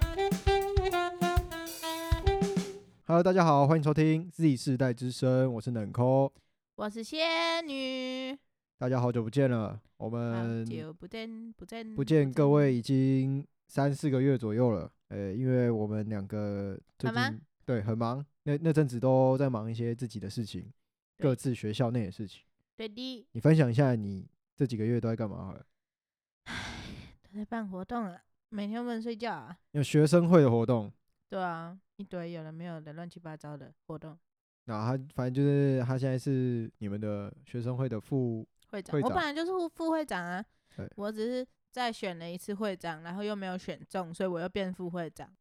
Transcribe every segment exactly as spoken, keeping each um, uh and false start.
Hello， 大家好，欢迎收听 Z 世代之声，我是冷抠， 我是仙女。 大家好久不见了，我好们久不见，不见不见各位已经三四个月左右了，呃，因为我们两个最很忙近对很忙，那那阵子都在忙一些自己的事情， 对各自学校内的事情。 对的， 你分享一下你这几个月都在干嘛好了？ 都在办活动啊，每天不能睡觉啊。 有学生会的活动， 对啊，一堆有的没有的乱七八糟的活动。 那他反正就是他现在是你们的学生会的副会长， 会长我本来就是副副会长啊对， 我只是再选了一次会长，然后又没有选中，所以我又变副会长。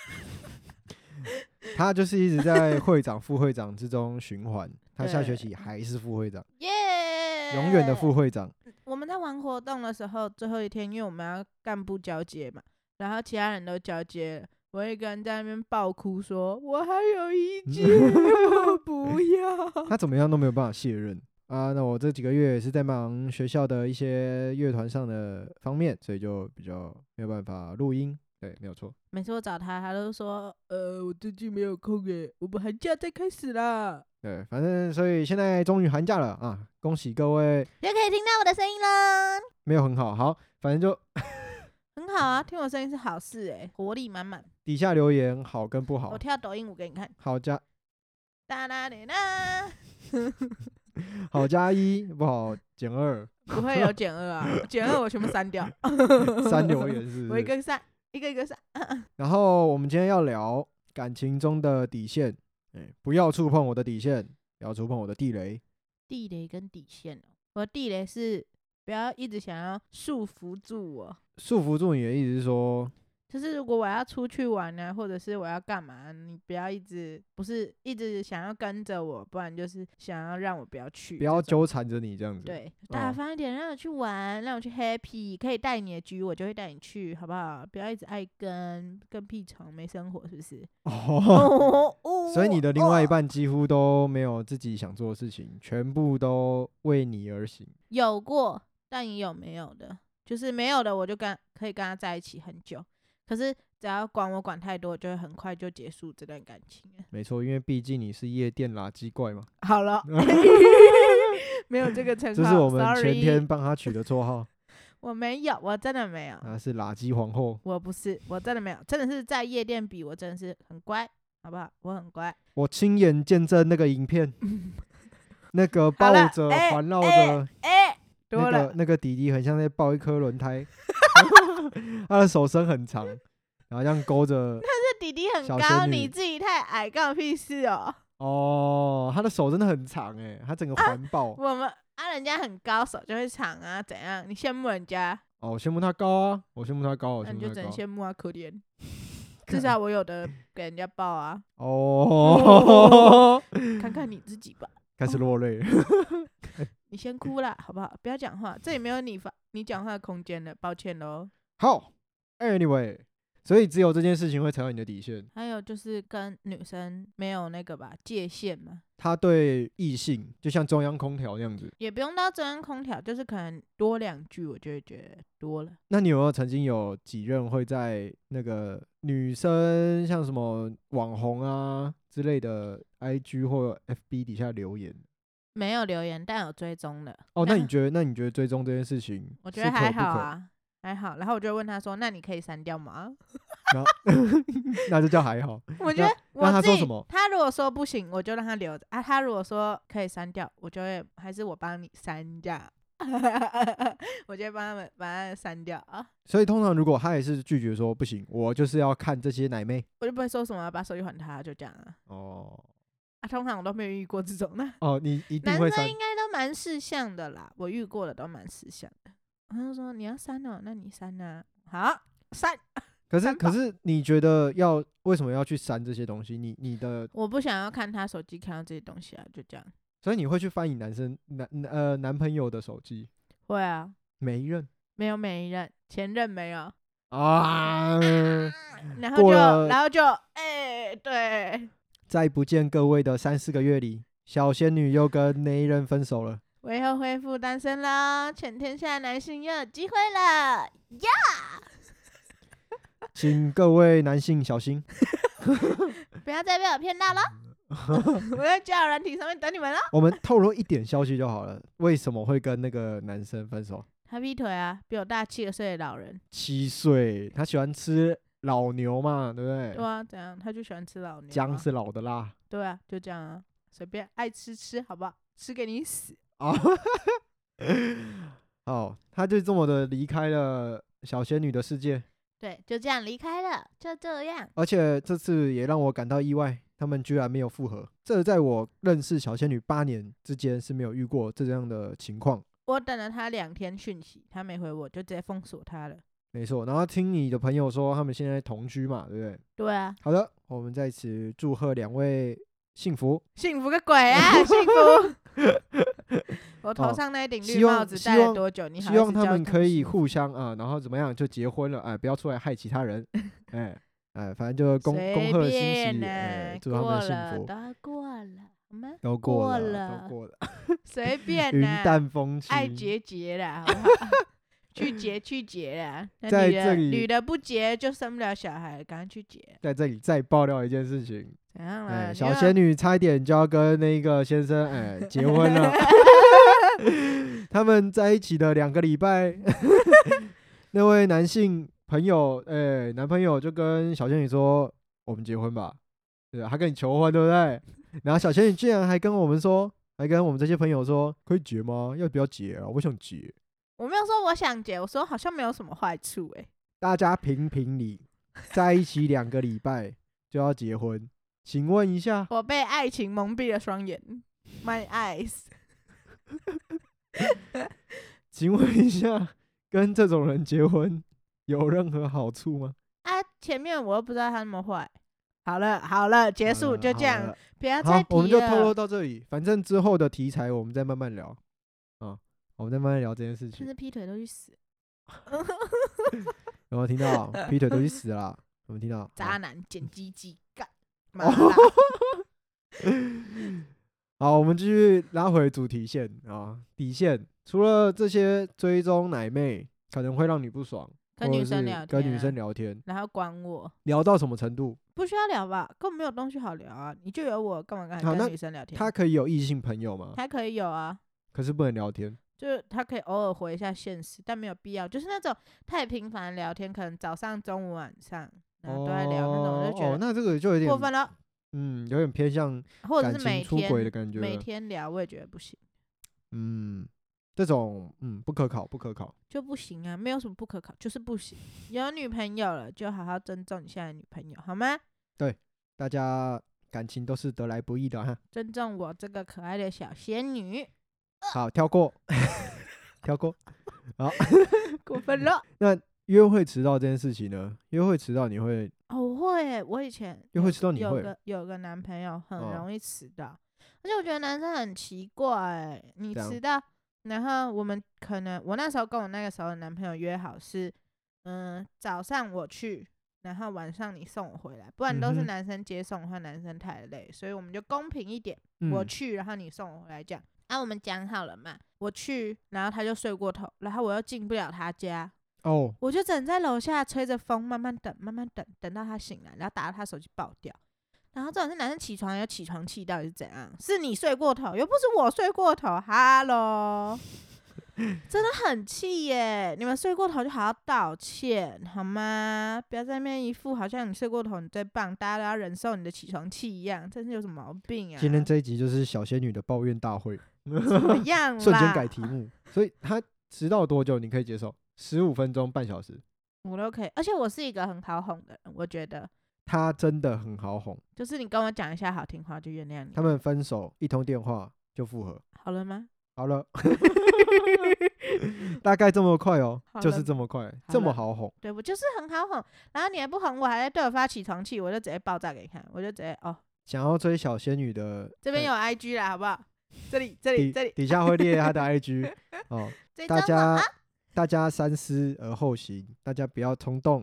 他就是一直在会长、副会长之中循环。他下学对期还是副会长， 耶、 永远的副会长。 我们在玩活动的时候，最后一天，因为我们要干部交接嘛，然后其他人都交接了，我一个人在那边爆哭说：“我还有一届，我不要。” 他怎么样都没有办法卸任啊。那我这几个月也是在忙学校的一些乐团上的方面，所以就比较没有办法录音。对，没有错。 每次我找他，他都说：“呃，我最近没有空耶，我们寒假再开始啦。” 对，反正所以现在终于寒假了啊，恭喜各位。 又可以听到我的声音了， 没有很好，好，反正就很好啊，听我声音是好事诶，活力满满。 底下留言好跟不好我，跳抖音舞给你看， 好加哒啦哒啦， 好加一，不好减二， 不会有减二啊，减二我全部删掉， 删留言是不是？ 我一个删，一个一个删。 然后我们今天要聊感情中的底线，欸不要触碰我的底线，不要触碰我的地雷。 地雷跟底线哦，我的地雷是不要一直想要束缚住我， 束缚住你的意思是说， 就是如果我要出去玩呢、或者是我要干嘛，你不要一直不是一直想要跟着我，不然就是想要让我不要去， 不要这种纠缠着你这样子。 对，大方一点，让我去玩，让我去 happy，可以带你的局，我就会带你去，好不好？不要一直爱跟跟屁虫，没生活，是不是？ 哦， 哦所以你的另外一半几乎都没有自己想做的事情，全部都为你而行。 有过，但也有没有的，就是没有的，我就跟可以跟他在一起很久。可是只要管我管太多，就会很快就结束这段感情了。 没错，因为毕竟你是夜店垃圾怪嘛， 好了，没有这个称号， 这是我们 sorry 前天帮他取的绰号， 我没有，我真的没有， 他是垃圾皇后。 我不是，我真的没有，真的是在夜店比，我真的是很乖，好不好？我很乖。 我亲眼见证那个影片，那个抱好了着欸环绕欸着哎、 那多了个，那个弟弟，很像在抱一颗轮胎，他的手伸很长，然后这样勾着。 这弟弟很小高， 仙女你自己太矮，干我屁事哦。 哦，他的手真的很长哎，他整个环抱。 我们啊，人家很高，手就会长啊，怎样？你羡慕人家， 哦，我羡慕他高啊，我羡慕他高，我那你就只能羡慕他高。 羡慕啊，可怜。至少我有的给人家抱啊， 哦， 看看你自己吧。 开始落泪了。 你先哭啦，好不好？不要讲话，这里没有你发你讲话的空间了，抱歉喽。 好，anyway，所以只有这件事情会踩到你的底线。 还有就是跟女生没有那个吧界限嘛， 他对异性就像中央空调那样子。 也不用到中央空调，就是可能多两句，我就会觉得多了。 那你有没有曾经有几任会在那个女生像什么网红啊之类的 I G 或 F B 底下留言？ 没有留言，但有追踪的。 哦，那那你觉得那你觉得追踪这件事情， 我觉得还好。啊，还好。然后我就问他说：“那你可以删掉吗然后那就叫还好。？” 我觉得那我自己他说什么他如果说不行，我就让他留着啊。他如果说可以删掉，我就会还是我帮你删掉。我就会帮他们把它删掉啊。 所以通常如果他也是拒绝说不行，我就是要看这些奶妹。 我就不会说什么把手机还他，就这样啊。 哦啊，通常我都没有遇过这种的。 哦，你一定男会删。 生应该都蛮识相的啦，我遇过的都蛮识相的。他就说你要删哦，那你删啊，好删。 可是删吧可是你觉得要为什么要去删这些东西？你你的， 我不想要看他手机看到这些东西啊，就这样。 所以你会去翻你男生男呃男朋友的手机， 会啊， 每一任没有每一任，前任没有， 啊， 然后就过了然后就哎、对， 在不见各位的三四个月里，小仙女又跟那一任分手了。 我又恢复单身啦，全天下男性又有机会了呀！ 请各位男性小心， 不要再被我骗到了。我在交友软体上面等你们了。 我们透露一点消息就好了。为什么会跟那个男生分手？ 他劈腿啊，比我大七个岁的老人。 七岁，他喜欢吃老牛嘛，对不对？ 对啊，怎样？他就喜欢吃老牛、啊。 姜是老的辣。 对啊，就这样啊，随便爱吃吃，好不好？吃给你死啊！哦，他就这么的离开了小仙女的世界。 对，就这样离开了，就这样。 而且这次也让我感到意外，他们居然没有复合。这在我认识小仙女八年之间是没有遇过这样的情况。 我等了他两天讯息，他没回我，就直接封锁他了。没错，然后听你的朋友说他们现在同居嘛，对不对？ 对啊。 好的，我们在此祝贺两位幸福。 幸福个鬼啊！幸福。我头上那顶绿帽子戴了多久？你好， 希望他们可以互相啊，然后怎么样就结婚了，哎，不要出来害其他人，哎哎，反正就恭恭贺新喜，哎，祝他们幸福。 都过了，好吗？ 都过了，都过了， 随便云淡风轻， 爱结结啦，好不好？去结去结啦， 在这里女的不结就生不了小孩，赶快去结。 在这里再爆料一件事情， 怎样了？ 哎，小仙女差一点就要跟那个先生哎结婚了，他们在一起的两个礼拜，那位男性朋友哎男朋友就跟小仙女说：“我们结婚吧。”对，他跟你求婚，对不对？然后小仙女居然还跟我们说，还跟我们这些朋友说：“可以结吗？要不要结啊？我想结。” 我没有说我想结，我说好像没有什么坏处哎、欸。 大家评评理，在一起两个礼拜就要结婚，请问一下， 我被爱情蒙蔽了双眼 ，My eyes 。 请问一下，跟这种人结婚有任何好处吗？ 啊，前面我又不知道他那么坏。好了好了，结束就这样，不要再提了。 好，我们就透露到这里，反正之后的题材我们再慢慢聊啊。我们再慢慢聊这件事情。 甚至劈腿都去死。 有没有听到？劈腿都去死啦！有没有听到？ 渣男捡鸡鸡干。 好，我们继续拉回主题线啊，底线。除了这些追踪奶妹可能会让你不爽， 跟女生聊天、啊， 跟女生聊天， 然后管我， 聊到什么程度？ 不需要聊吧，根本没有东西好聊啊！你就有我，干嘛跟跟女生聊天？ 他可以有异性朋友吗？ 他可以有啊， 可是不能聊天。 就是他可以偶尔回一下现实，但没有必要。就是那种太频繁的聊天，可能早上、中午、晚上，然后都在聊那种，我就觉得哦，那这个就有点过分了。 嗯，有点偏向或者是每出轨的感觉， 每天聊，我也觉得不行。 嗯，这种嗯不可考，不可考就不行啊，没有什么不可考，就是不行。有女朋友了，就好好尊重你现在的女朋友，好吗？ 对，大家感情都是得来不易的哈。 尊重我这个可爱的小仙女。 好，跳过，跳过。好， 过分了。 那约会迟到这件事情呢？约会迟到你会？ 哦，我会耶，我以前约会迟到你会有个有个男朋友很容易迟到，哦、而且我觉得男生很奇怪，你迟到，然后我们可能我那时候跟我那个时候的男朋友约好是，嗯，早上我去，然后晚上你送我回来，不然都是男生接送的话，男生太累，所以我们就公平一点，嗯、我去，然后你送我回来这样。啊，我们讲好了嘛，我去，然后他就睡过头，然后我又进不了他家，哦、oh. 我就只能在楼下吹着风，慢慢等，慢慢等，等到他醒来，然后打到他手机爆掉。然后这种是男生起床有起床气，到底是怎样？是你睡过头，又不是我睡过头。哈喽，真的很气耶！你们睡过头就好好道歉好吗？不要在那边一副好像你睡过头你最棒，大家都要忍受你的起床气一样，真是有什么毛病啊？ 今天这一集就是小仙女的抱怨大会， 怎么样啦？ 瞬间改题目，所以他迟到多久你可以接受？十五分钟、半小时， 我都可以。而且我是一个很好哄的人，我觉得他真的很好哄。就是你跟我讲一下好听话，就原谅你。 他们分手一通电话就复合， 好了吗？ 好了，大概这么快哦，就是这么快，这么好哄。 对，我就是很好哄，然后你还不哄我，还在对我发起床气，我就直接爆炸给你看，我就直接哦。 想要追小仙女的， 这边有 I G 啦，好不好？这里、这里、这里， 底下会列他的 I G 哦。大家、啊、大家三思而后行，大家不要冲动。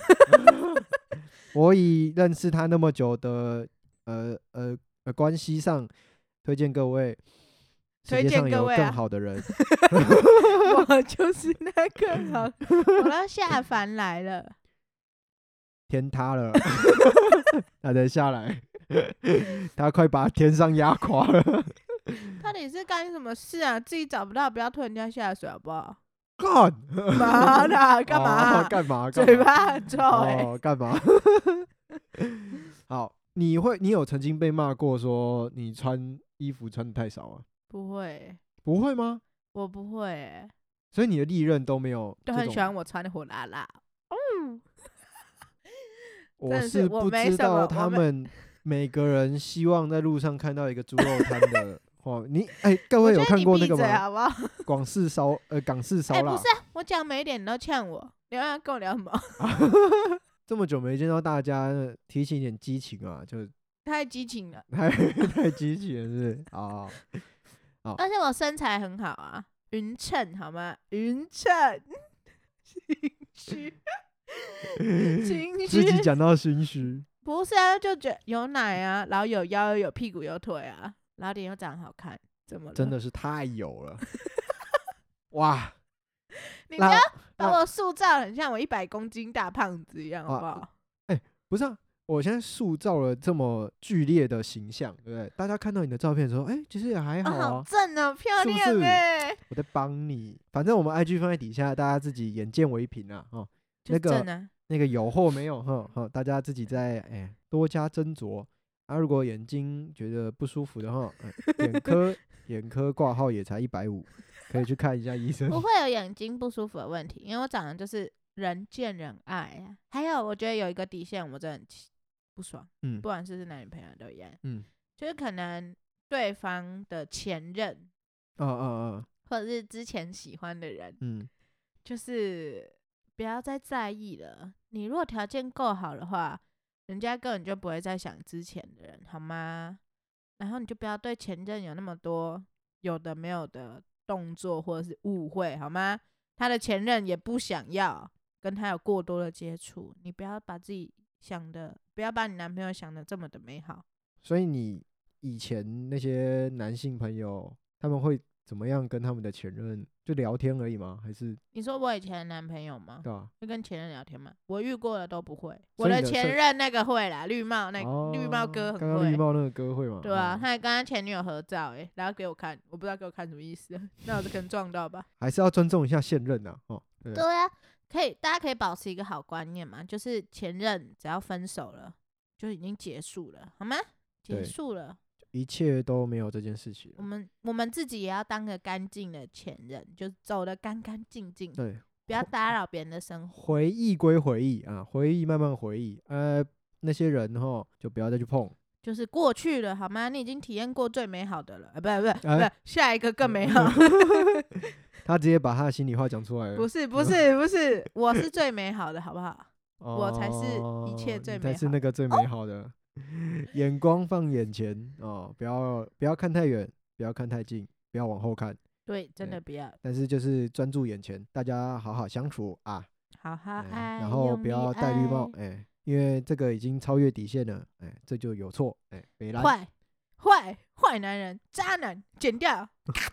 我以认识他那么久的呃呃呃关系上，推荐各位。世界上有更好的人， 我就是那更好，我要下凡来了。 天塌了，他才下来，他快把天上压垮了。 到底是干什么事啊？自己找不到，不要拖人家下水好不好？ 干嘛啦？干嘛？ 哦干嘛？ 嘴巴很臭哎、 哦，干嘛？好，你会，你有曾经被骂过说你穿衣服穿的太少啊？ 不会欸、 不会吗？ 我不会欸、 所以你的历任都没有这种， 都很喜欢我穿的火辣辣。嗯， 我真的是我是不知没什么道他我没们每个人希望在路上看到一个猪肉摊的画面。你哎、各位有我觉得你看过那个闭嘴吗？ 好不好？ 广式烧呃港式烧哎、 腊， 不是、啊，我讲每一点你都呛我，你要跟我聊什么？ 这么久没见到大家，提起一点激情啊，就太激情了， 太太激情了，是不是？啊， 而且我身材很好啊，匀称好吗？匀称，心虚，心自己虚， 讲到心虚， 不是啊，就觉得有奶啊，然后有腰又有屁股有腿啊，然后脸又长得好看，怎么了？ 真的是太有了，哇！那你不要把那我塑造得很像我一百公斤大胖子一样，好不好？ 不是啊，我现在塑造了这么剧烈的形象，对不对？大家看到你的照片的时候，哎、其实也还好啊，好啊。 正哦，漂是不亮是哎， 我在帮你，反正我们 I G 放在底下，大家自己眼见为凭啊。哦， 就那个正啊， 那个有或没有，哈哈，大家自己再哎、多加斟酌。啊，如果眼睛觉得不舒服的话，哎眼科眼科挂号也才一百五，可以去看一下医生。 不会有眼睛不舒服的问题，因为我长得就是人见人爱啊。还有，我觉得有一个底线，我真的很气不爽， 嗯不管是不是男女朋友都一样， 嗯， 就是可能对方的前任哦哦哦， 或者是之前喜欢的人， 嗯， 就是不要再在意了。你如果条件够好的话，人家根本就不会再想之前的人，好吗？然后你就不要对前任有那么多有的没有的动作或者是误会，好吗？他的前任也不想要跟他有过多的接触，你不要把自己想的，不要把你男朋友想的这么的美好。 所以你以前那些男性朋友，他们会怎么样跟他们的前任就聊天而已吗？还是你说我以前的男朋友吗？ 对吧、 会跟前任聊天吗？我遇过的都不会，我所以你的的前是任那个会啦，绿帽那个、 哦， 绿帽哥很刚刚绿会。 帽那个歌会吗？ 对啊， 哦他还跟他前女友合照、欸，然后给我看，我不知道给我看什么意思，那我就可能撞到吧。 还是要尊重一下现任呐、哦，对不对对啊，可以，大家可以保持一个好观念嘛，就是前任只要分手了，就已经结束了，好吗？结对束了， 一切都没有这件事情了。 我们我们自己也要当个干净的前任，就走得干干净净， 对， 不要打扰别人的生活。 回忆归回忆啊，回忆慢慢回忆，呃，那些人哈就不要再去碰。 就是过去了，好吗？你已经体验过最美好的了，啊，不是不是不哎是，下一个更美好。 他直接把他的心里话讲出来了。 不是不是不是，我是最美好的，好不好？ 哦， 我才是一切最你美好才是那个最美好的。眼光放眼前哦，不要不要看太远，不要看太近，不要往后看。 对，真对的不要， 但是就是专注眼前，大家好好相处啊， 好好哎爱， 然后用力不要戴绿帽， 爱哎，因为这个已经超越底线了，哎，这就有错，哎，北兰坏坏坏男人，渣男，剪掉，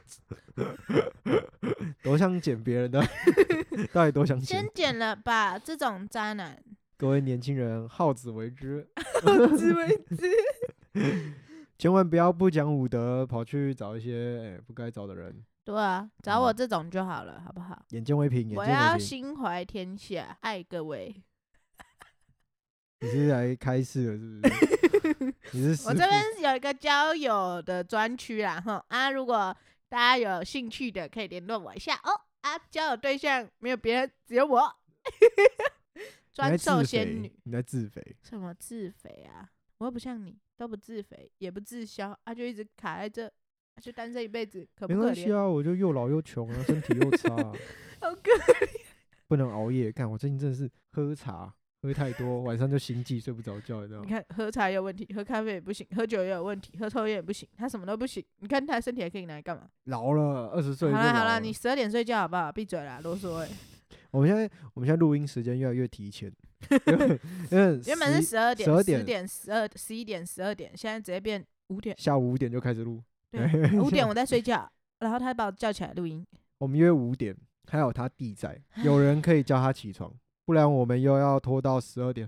多想捡别人的，到底多想捡先？剪了吧，这种渣男， 各位年轻人，好自为之， 自为之。 千万不要不讲武德，跑去找一些哎不该找的人。 对啊，找我嗯这种就好了，好不好？ 眼见为凭，眼我要见为凭。 心怀天下，爱各位。 你是来开市了是不是？你是师我这傅边有一个交友的专区啦，哈啊，如果大家有兴趣的，可以联络我一下哦。啊，交友对象没有别人，只有我， 你在专受自肥仙女。 你在自肥。 什么自肥啊？我又不像你，都不自肥，也不自销，啊，就一直卡在这，啊就单身一辈子，可没不可怜？ 关系啊，我就又老又穷啊，身体又差啊、 好可怜。 不能熬夜。看我最近真的是喝茶喝太多，晚上就心悸睡不着觉，你知道吗？ 你看，喝茶也有问题，喝咖啡也不行，喝酒也有问题，喝抽烟也不行，他什么都不行。你看他身体还可以拿来干嘛？ 老了，二十岁就老好啦好啦， 了你十二点睡觉好不好？闭嘴啦，啰嗦哎、 我们现在我们现在录音时间越来越提前，因为因为原本是十十二点、 12 十点点、十二、十一点、十二点，现在直接变五点。 下午五点就开始录。 对，五点我在睡觉，然后他把我叫起来录音。 我们约五点，还有他弟在，有人可以叫他起床，不然我们又要拖到十二点。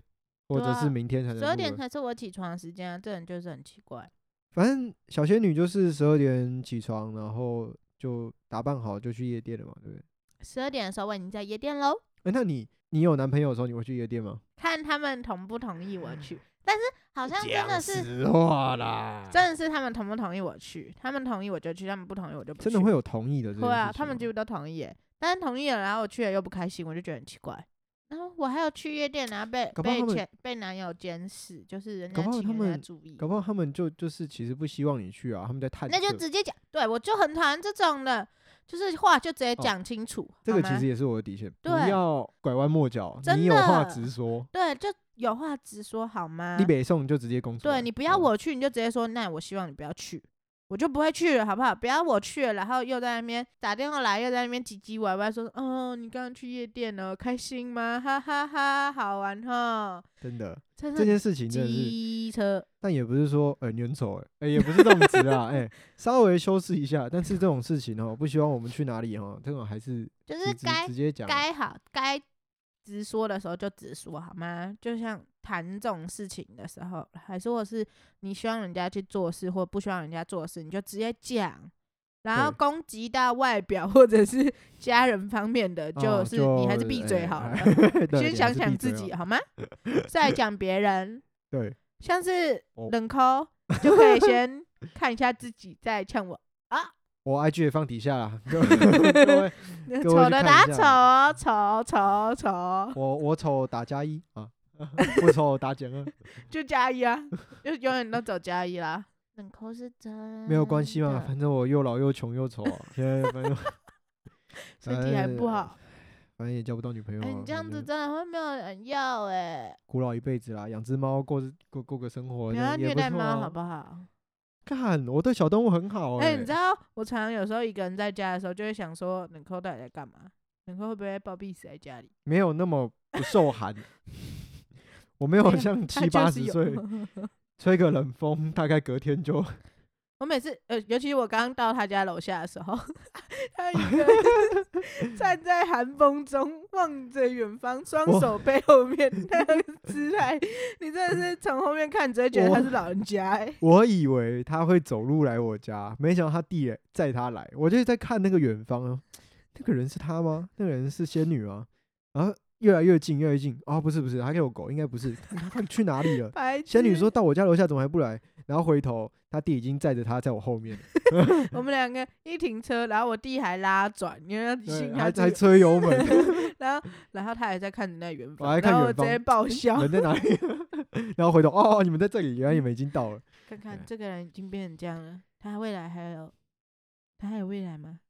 或者是明天才能录了。 十二点才是我起床的时间啊，这人就是很奇怪。 反正小仙女就是十二点起床，然后就打扮好就去夜店了嘛，对不对？ 十二点的时候我已经在夜店喽。 哎、那你你有男朋友的时候，你会去夜店吗？ 看他们同不同意我去，但是好像真的是讲实话啦， 真的是他们同不同意我去，他们同意我就去，他们不同意我就不去。 真的会有同意的这件事情吗？ 会啊，他们几乎都同意耶，但是同意了，然后我去了又不开心，我就觉得很奇怪。然后我还有去夜店，然后被被搞不好他们前被男友监视，就是人搞不好他家请人家们注意， 搞不好他们就就是其实不希望你去啊，他们在探测。 那就直接讲。对，我就很讨厌这种的，就是话就直接讲清楚。 这个好吗其实也是我的底线，不对要拐弯抹角， 真你有话的直说， 对，就有话直说好吗？ 你北宋就直接公出来。 对你不要嗯我去，你就直接说，那我希望你不要去，我就不会去了，好不好？不要我去了，然后又在那边打电话来，又在那边唧唧歪歪说，哦，你刚刚去夜店了，开心吗？哈哈哈，好玩哈。 真的真的这件事情真的是， 机车， 但也不是说呃你很丑哎、欸，也不是这种词啊，哎、稍微修饰一下。但是这种事情哦，不希望我们去哪里哈，这种还是就是直直该直接讲啊。 该好该直说的时候就直说好吗？就像谈这种事情的时候，还是或是你希望人家去做事或不希望人家做事，你就直接讲。然后对攻击到外表或者是家人方面的， 啊就是你还是闭嘴哎好了， 对先想想你还是闭嘴好自己好吗？再讲别人， 对， 像是我冷抠就可以先看一下自己，再呛我啊。 我 I G 也放底下啦，各位各位，各位丑去看的打一下丑，丑丑丑， 我我丑打加一啊，不丑打减二， 就加一啊，就永远都走加一啦。冷抠是真没有关系嘛， 的反正我又老又穷又丑啊，现在反正身体还不好。 反正也交不到女朋友哎、 啊。 你这样子反正真的会没有人要哎、 苦老一辈子啦，养只猫过过过个生活， 不要这样也虐待猫不错啊好不好？ 看，我对小动物很好哎、 哎、 你知道我常常有时候一个人在家的时候，就会想说，冷抠到底在干嘛？冷抠会不会暴毙死在家里？ 没有那么不受寒，我没有像他七就是有八十岁吹个冷风，大概隔天就我每次呃，尤其是我刚到他家楼下的时候，他一个人站在寒风中，望着远方，双我手背后面那个姿态，你真的是从后面看，只会觉得我他是老人家哎、 我以为他会走路来我家，没想到他弟也载他来，我就在看那个远方啊，那个人是他吗？那个人是仙女吗？然后越来越近，越来越近，哦，不是不是，还有狗，应该不是，他他去哪里了？ 白痴仙女说到我家楼下怎么还不来？然后回头，他弟已经载着他在我后面， 我们两个一停车，然后我弟还拉转，因为要提对醒他还还这个， 吹油门， 然后然后他还在看着那远我方， 还看远方然后我直接爆笑， 人在哪里？然后回头，哦，你们在这里，原来你们已经到了。 看看这个人已经变成这样了，他未来还有他还有未来吗？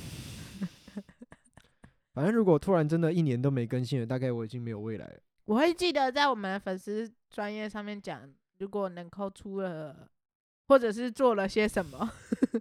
反正如果突然真的一年都没更新了，大概我已经没有未来了。 我会记得在我们的粉丝专页上面讲，如果能抠出了，或者是做了些什么，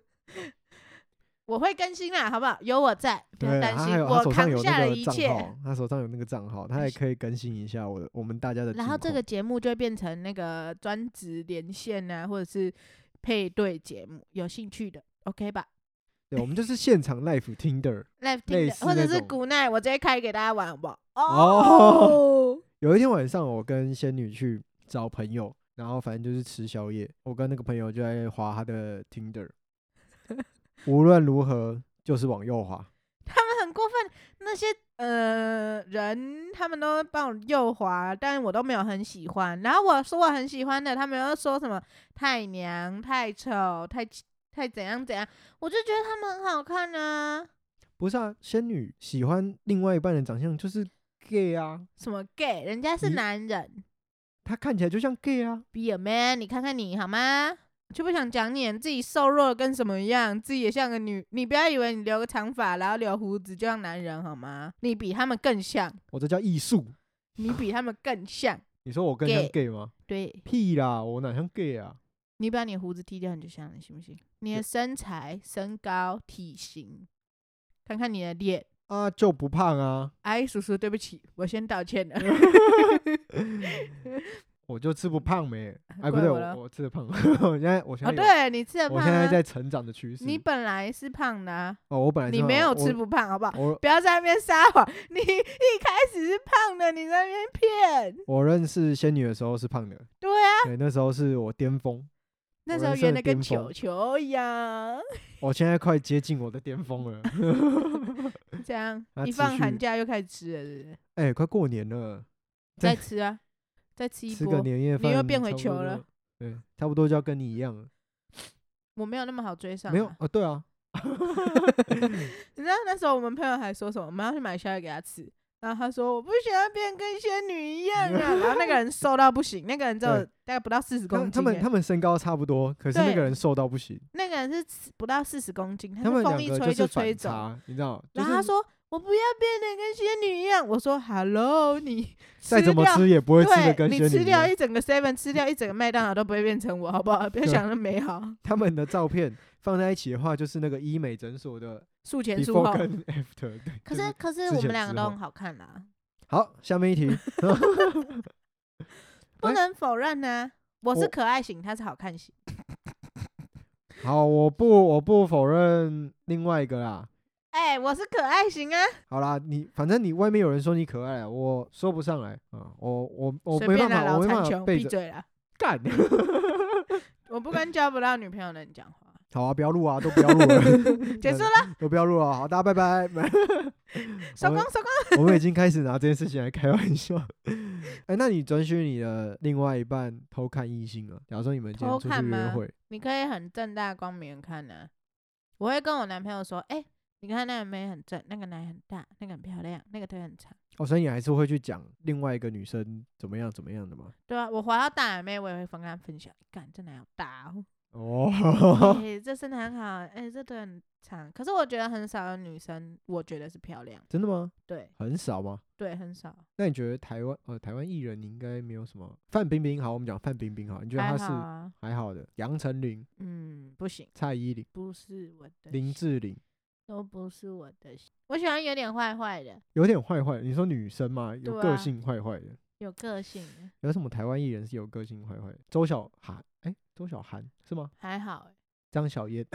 我会更新啦，好不好？有我在，不要对， 担心， 他还有他我手上有扛下那个账了一切。 号，他手上有那个账号，他还可以更新一下我的我们大家的近况。 然后这个节目就会变成那个专职连线啊，或者是配对节目，有兴趣的 OK 吧对，我们就是现场 live Tinder。 ？Live 类听的，或者是似那种 Good Night，我直接开给大家玩好不好？ 哦哦， 有一天晚上，我跟仙女去找朋友，然后反正就是吃宵夜，我跟那个朋友就在滑他的 Tinder， 无论如何就是往右滑。 他们很过分，那些呃人他们都帮我右滑，但我都没有很喜欢。然后我说我很喜欢的，他们又说什么太娘、太丑、太太怎样怎样，我就觉得他们很好看啊。 不是啊，仙女喜欢另外一半的长相就是 gay 啊， 什么 gay，人家是你男人他看起来就像 gay 啊。 ，be a man，你看看你好吗？就不想讲你，自己瘦弱的跟什么一样，自己也像个女。你不要以为你留个长发，然后留胡子就像男人好吗？你比他们更像， 我这叫艺术。 你比他们更像。 你说我更像 gay gay 吗？ 对， 屁啦，我哪像 gay 啊？ 你把你的胡子剃掉，你就像了，行不行？你的身材、身高、体型，看看你的脸。 啊，就不胖啊。 哎，叔叔，对不起，我先道歉了。 我就吃不胖没，哎不对，我我吃的胖，我现在我现在哦对你吃的胖、啊， 我现在在成长的趋势。 你本来是胖的啊， 哦我本来是你没有吃不胖好不好？不要在那边撒谎，你一开始是胖的，你在那边骗。 我认识仙女的时候是胖的， 对啊， 对，那时候是我巅峰， 那时候圆的跟球球一样。 我现在快接近我的巅峰了。 这样一放寒假又开始吃了，是不是？ 哎、欸，快过年了， 再吃啊，再吃一波， 吃个年夜饭， 你又变回球了。 对，差不多就要跟你一样了。 我没有那么好追上、啊， 没有啊、哦，对啊。 你知道那时候我们朋友还说什么？我们要去买宵夜给他吃，然后他说我不想要变跟仙女一样啊。然后那个人瘦到不行，那个人只有大概不到四十公斤。 他们他们身高差不多，可是那个人瘦到不行。 那个人是不到四十公斤， 他们风一吹就吹走， 你知道？ 然后他说。我不要变得跟仙女一样。我说 ，Hello， 你再怎么吃也不会吃的跟仙女一样。 你吃掉一整个 seven， 吃掉一整个麦当劳都不会变成我，好不好？不要想那么美好。 他们的照片放在一起的话，就是那个医美诊所的术前术后跟 after。对， 可是、就是、可是我们两个都很好看啦。 好，下面一题。 不能否认呢、啊，我是可爱型，他是好看型。 好，我不我不否认另外一个啦。 哎、欸，我是可爱型啊！ 好啦，你反正你外面有人说你可爱，我说不上来啊、嗯，我我我没办法，我没办法背着。 闭嘴啦！ 干！ 我不跟交不到女朋友的人讲话。 好啊，不要录啊，都不要录了。 结束了， 都不要录了。好，大家拜拜。 收工，收工。 我们已经开始拿这件事情来开玩笑。哎、欸，那你准许你的另外一半偷看异性了？假如说你们今天出去约会， 你可以很正大光明看呢、啊。我会跟我男朋友说，哎、欸。你看那个妹很正，那个奶很大，那个很漂亮，那个腿很长。 哦，所以你还是会去讲另外一个女生怎么样怎么样的吗？ 对啊，我滑到大奶妹，我也会跟她分享。干，这奶好大哦。 哦。 欸、这身材很好，哎、欸，这腿很长。可是我觉得很少有女生，我觉得是漂亮。 真的吗？ 对。 很少吗？ 对，很少。 那你觉得台湾呃台湾艺人你应该没有什么？范冰冰好，我们讲范冰冰好，你觉得她是还好啊？ 还好的。杨丞琳， 嗯，不行。 蔡依林， 不是我的。 林志玲。 都不是我的，我喜欢有点坏坏的， 有点坏坏。你说女生吗？有个性坏坏的、啊， 有个性的。 有什么台湾艺人是有个性坏坏的？周小涵，哎、欸，周小涵是吗？ 还好、欸。 张小燕。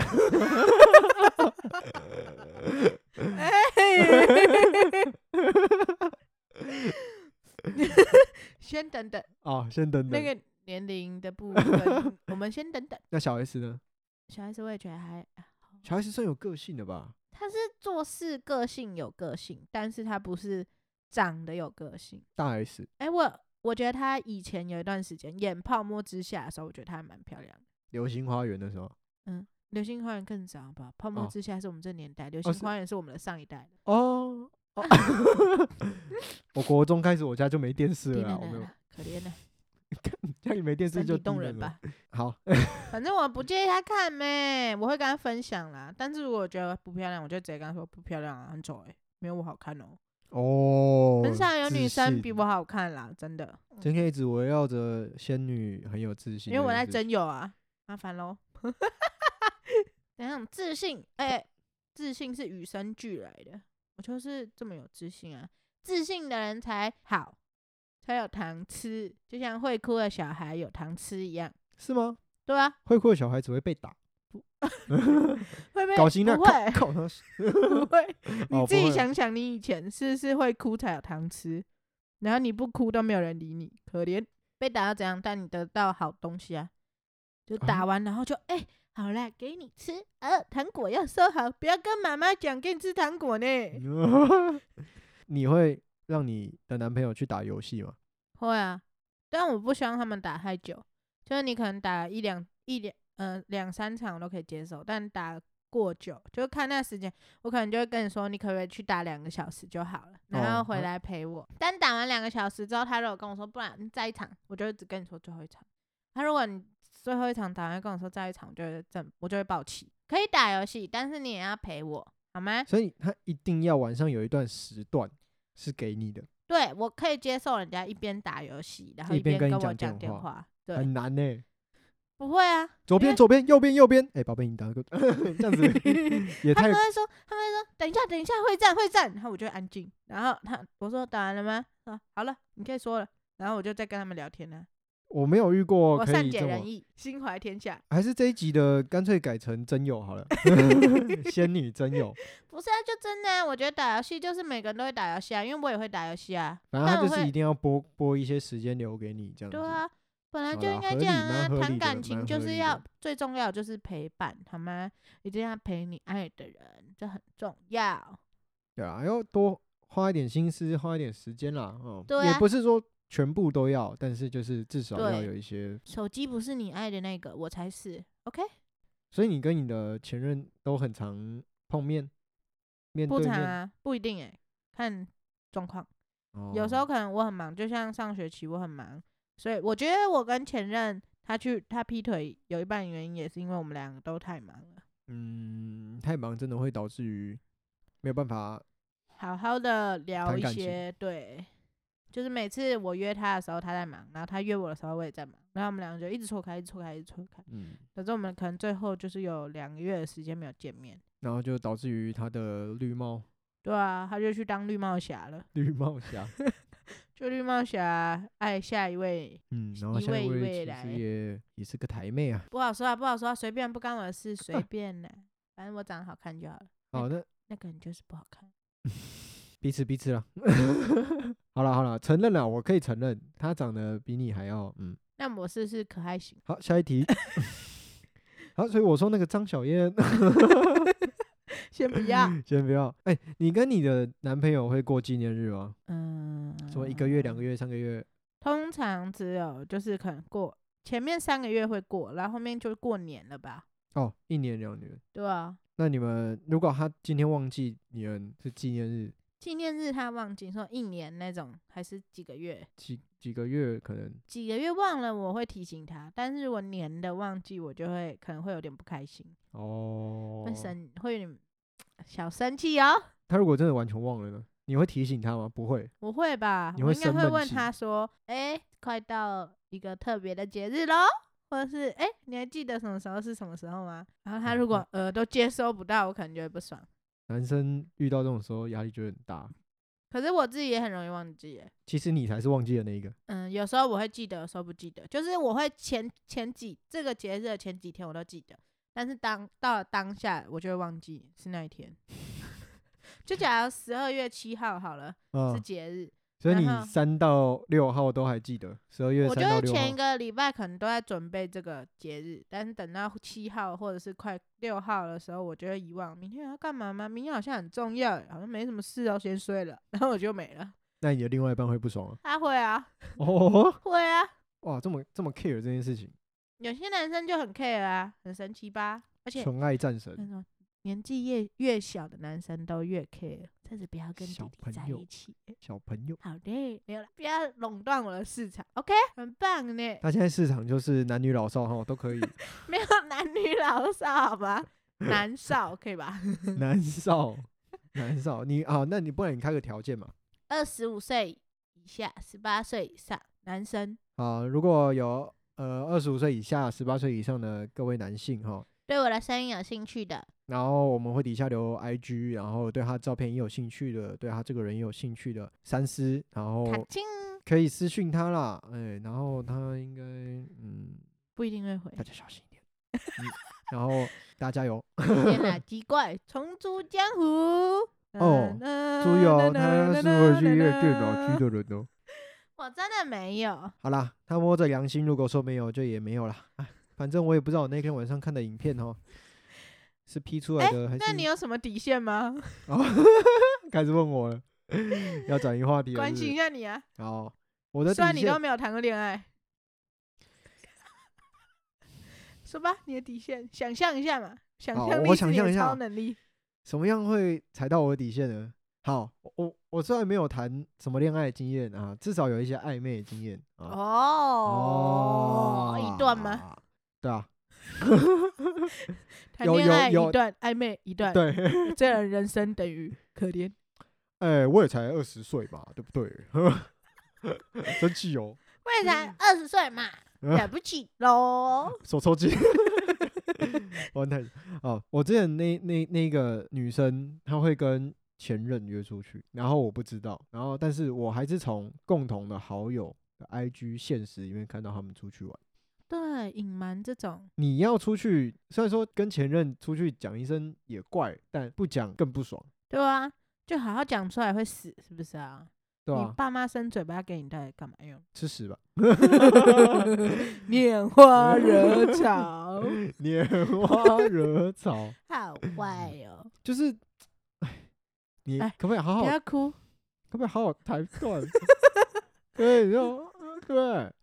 先等等。 哦，先等等。 那个年龄的部分，我们先等等。 那小 S 呢？ 小 S 我也觉得还。 小 S 算有个性的吧？ 他是做事个性有个性，但是他不是长得有个性。 大 S， 哎、欸，我我觉得他以前有一段时间演《泡沫之夏》的时候，我觉得他还蛮漂亮的。 流星花园的时候， 嗯，流星花园更早吧？泡沫之夏是我们这年代， 哦、 流星花园是我们的上一代的。 哦。哦我国中开始我家就没电视了啦，我没有。 可怜的。 家里没电视就动人吧。 好。 反正我不介意他看咩，我会跟他分享啦。但是如果我觉得不漂亮，我就直接跟他说不漂亮啊，很丑哎、欸，没有我好看哦。 哦。 很少有女生比我好看啦，真的。 今天一直围绕着仙女很有自信， 因为我在真有啊，麻烦喽。等一下，自信，哎、欸，自信是与生俱来的，我就是这么有自信啊。自信的人才好。才有糖吃，就像会哭的小孩有糖吃一样， 是吗？ 对啊， 会哭的小孩只会被打， 会被搞心那不会， 靠他不会。你自己哦、 想想，你以前是不是会哭才有糖吃，然后你不哭都没有人理你，可怜。被打到怎样？但你得到好东西啊，就打完然后就哎、欸，好啦，给你吃，呃，糖果要收好，不要跟妈妈讲，给你吃糖果呢。 你会让你的男朋友去打游戏吗？ 会啊，但我不希望他们打太久，就是你可能打一两一两呃两三场我都可以接受，但打过久就看那时间，我可能就会跟你说，你可不可以去打两个小时就好了，然后回来陪我。哦、但打完两个小时之后，他如果跟我说不然你再一场，我就会只跟你说最后一场。他如果你最后一场打完跟我说再一场，我就会正我就会爆气。可以打游戏，但是你也要陪我，好吗？ 所以他一定要晚上有一段时段是给你的。 对，我可以接受人家一边打游戏，然后一边跟我讲电话，对， 很难呢、欸。 不会啊， 左边左边右边右边，哎、欸，宝贝，你打个这样子也太…… 他们会说，他们会说，等一下等一下会战会战，然后我就会安静，然后他我说打完了吗？啊，好了，你可以说了，然后我就再跟他们聊天了、啊。 我没有遇过我善可以这么， 解人意，心怀天下。 还是这一集的干脆改成真友好了，仙女真友。 不是啊，就真的啊，我觉得打游戏就是每个人都会打游戏啊，因为我也会打游戏啊。 反正他但我会就是一定要拨拨一些时间留给你这样子。 对啊，本来好啦就应该合理这样啊。 蛮合理的谈感情蛮合理就是要的最重要的就是陪伴，好吗？一定要陪你爱的人，这很重要。 对啊，要多花一点心思，花一点时间啦。哦、 对啊也不是说全部都要，但是就是至少要对有一些。 手机不是你爱的那个，我才是。OK， 所以你跟你的前任都很常碰面，面不对面。 长啊，不一定诶、看状况。 哦、 有时候可能我很忙，就像上学期我很忙，所以我觉得我跟前任他去他劈腿有一半原因也是因为我们两个都太忙了， 嗯，太忙真的会导致于没有办法。 好好的聊一谈感情些，对，就是每次我约他的时候他在忙，然后他约我的时候我也在忙，然后我们两个就一直错开，一直错开，一直错开， 嗯， 可是我们可能最后就是有两个月的时间没有见面。 然后就导致于他的绿帽对啊，他就去当绿帽侠了， 绿帽侠。 就绿帽侠爱下一位， 嗯，然后下一位一一位其位来实也也是个台妹啊。 不好说啊，不好说啊，随便不干我的事，随便啦，反正我长得好看就好了。 好，那那个人就是不好看。 彼此彼此了。好了好了，承认了，我可以承认他长得比你还要嗯。 那我是是可爱型。 好，下一题。好，所以我说那个张小燕， 先不要。 先不要。哎、你跟你的男朋友会过纪念日吗？ 嗯， 说一个月、两个月、三个月？ 通常只有就是可能过前面三个月会过，然后后面就过年了吧？ 哦，一年两年。 对啊， 那你们如果他今天忘记你们是纪念日， 纪念日他忘记说一年那种，还是几个月？ 几几个月可能？ 几个月忘了我会提醒他，但是如果年的忘记，我就会可能会有点不开心， 哦。 会生会有点小生气哦。 他如果真的完全忘了呢？你会提醒他吗？不会。 我会吧， 你会我应该会问生闷气他说：“哎、快到一个特别的节日喽，或者是哎、你还记得什么时候是什么时候吗？”然后他如果呃都接收不到，我可能就会不爽。 男生遇到这种时候压力就会很大。 可是我自己也很容易忘记耶， 其实你才是忘记的那一个。 嗯，有时候我会记得，有时候不记得，就是我会前前几这个节日的前几天我都记得，但是当到了当下我就会忘记是那一天。就假如十二月七号好了， 嗯是，节日， 所以你然后三到六号都还记得，十二月我就三到六号。 是前一个礼拜可能都在准备这个节日，但是等到七号或者是快六号的时候，我就会遗忘明天要干嘛吗？明天好像很重要耶，好像没什么事哦，先睡了，然后我就没了。 那你的另外一半会不爽啊？ 他会啊， 哦， 会啊， 哇，这么这么 care 这件事情， 有些男生就很 care 啊，很神奇吧？而且纯爱战神。 那种年纪越越小的男生都越 care，真是不要跟弟小弟在朋友一起。 小朋友， 好的，没有了，不要垄断我的市场，OK，很棒呢。 他现在市场就是男女老少哈都可以。 没有男女老少好吗？男少可以吧？ 男少，男少，你啊，那你不然你开个条件嘛？ 二十五岁以下，十八岁以上，男生啊，如果有呃二十五岁以下、十八岁以上的各位男性哈， 对我的声音有兴趣的， 然后我们会底下留 I G，然后对他照片也有兴趣的，对他这个人也有兴趣的，三思，然后卡青可以私讯他啦，哎，然后他应该嗯， 不一定会回大。家小心一点，嗯，然后大家加油。 天哪，奇怪，重出江湖。 哦那注意哦， 那他是会去夜店脑区的人哦。 我真的没有。 好啦，他摸着良心，如果说没有，就也没有啦。哎，反正我也不知道我那天晚上看的影片哦，是 P 出来的还是？ 那你有什么底线吗？ 哦，开始问我了，要转移话题了关是不是心一下你啊。 好，我的虽然底线你都没有谈过恋爱，说吧，你的底线，想象一下嘛，想好我象力是你的想象一下超能力。 什么样会踩到我的底线呢？好，我我虽然没有谈什么恋爱的经验啊，至少有一些暧昧的经验啊。 哦，一段吗？？ 对啊， 谈有恋爱有有一段，暧昧一段， 对， 这样人生等于可怜。 哎，我也才二十岁吧，对不对？生气哦， 我也才二十岁嘛，了不起喽。 手抽筋。完蛋哦！我之前那那那个女生，她会跟前任约出去，然后我不知道，然后但是我还是从共同的好友 I G 现实里面看到他们出去玩。 对，隐瞒这种， 你要出去，虽然说跟前任出去讲一声也怪，但不讲更不爽， 对啊，就好好讲出来会死，是不是啊？ 对吧、 你爸妈生嘴巴给你，到底干嘛用？ 吃屎吧！ 拈花惹草， 拈花惹草， 好坏哦！ 就是，哎，你哎可不可以好好， 不要哭， 可不可以好好谈段？对，然后对，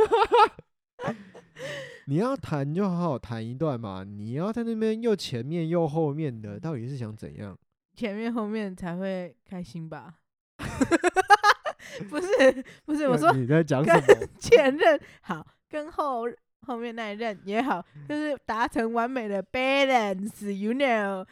你要谈就好好谈一段嘛，你要在那边又前面又后面的，到底是想怎样？ 前面后面才会开心吧？不是不是，我说你在讲什跟么？ 前任好，跟后后面那一任也好，就是达成完美的 balance，you know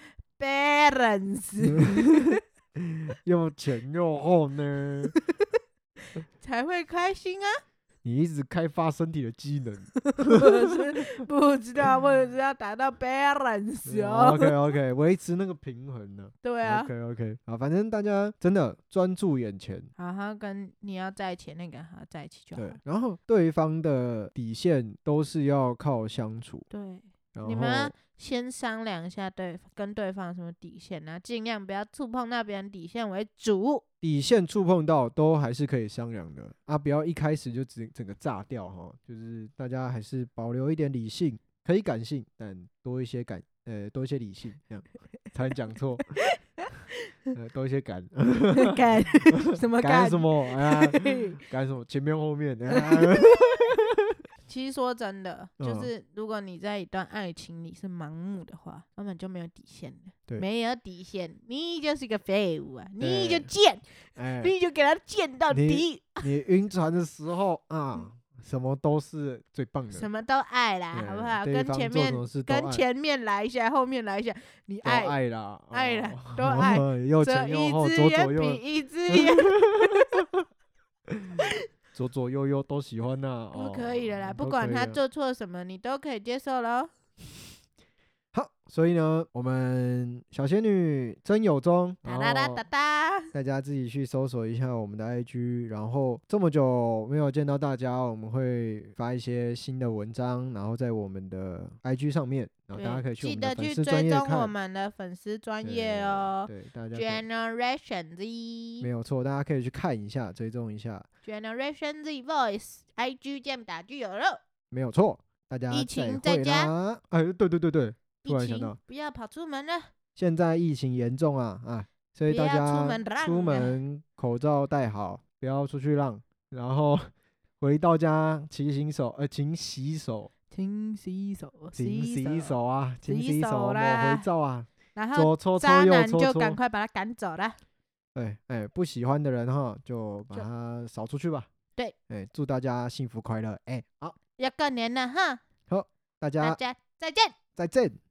balance 又前又后呢？ 才会开心啊！ 你一直开发身体的机能。 我是不知道，或者是要达到 balance 哦。 OK OK， 维持那个平衡呢。 对啊， OK OK， 好，反正大家真的专注眼前。 好好跟你要在一起的那个人好好在一起就好。 对，然后对方的底线都是要靠相处。 对， 然你们要后先商量一下对跟对方有什么底线，然后尽量不要触碰到别人底线为主。 底线触碰到都还是可以商量的啊，不要一开始就整整个炸掉哈。就是大家还是保留一点理性，可以感性，但多一些感，呃，多一些理性，这样才能讲错。呃，多一些感， 干什么干感什？么？哎呀，感什么？前面后面。哎其实说真的，就嗯是如果你在一段爱情里是盲目的话，根本就没有底线的。 对没有底线，你就是个废物啊！你就对贱， 哎， 你就给他贱到底， 你晕船的时候啊，什么都是最棒的。 什么都爱啦， 对好不好？ 对跟前面方做什么事都爱跟前面来一下，后面来一下，你都爱爱啦， 爱啦哦都爱右这前右后， 一只眼左左右比一只眼左左右右都喜欢呐， 都哦可以了啦，不都可以了管他做错什么，你都可以接受喽。 好，所以呢，我们小仙女真有中，然哒哒哒后哒哒， 大家自己去搜索一下我们的 I G， 然后这么久没有见到大家，我们会发一些新的文章，然后在我们的 I G 上面，然后大家可以去我记们的粉丝得去追专页看， 踪我们的粉丝专业哦。 对，对大家可以 Generation 没 Z，Generation 有错，大家可以去看一下，追踪一下， Z Voice，I G 键打具有肉。 没有错，大家疫情再会在家啦，哎，对对对对，突疫情然想到， 不要跑出门了， 现在疫情严重啊啊，所以大不要出家门浪出啊门口罩戴好，不要出去浪，然后回到家勤洗手，呃，勤洗手， 勤洗手， 勤洗手。 手啊，勤洗手洗手，抹啦肥皂啊， 然后左搓搓渣男就右搓搓， 赶快把他赶走了。 哎哎，不喜欢的人哈，就把就他扫出去吧。 对， 哎，祝大家幸福快乐，哎，好， 要过年了哈， 大大家家再见。 再见。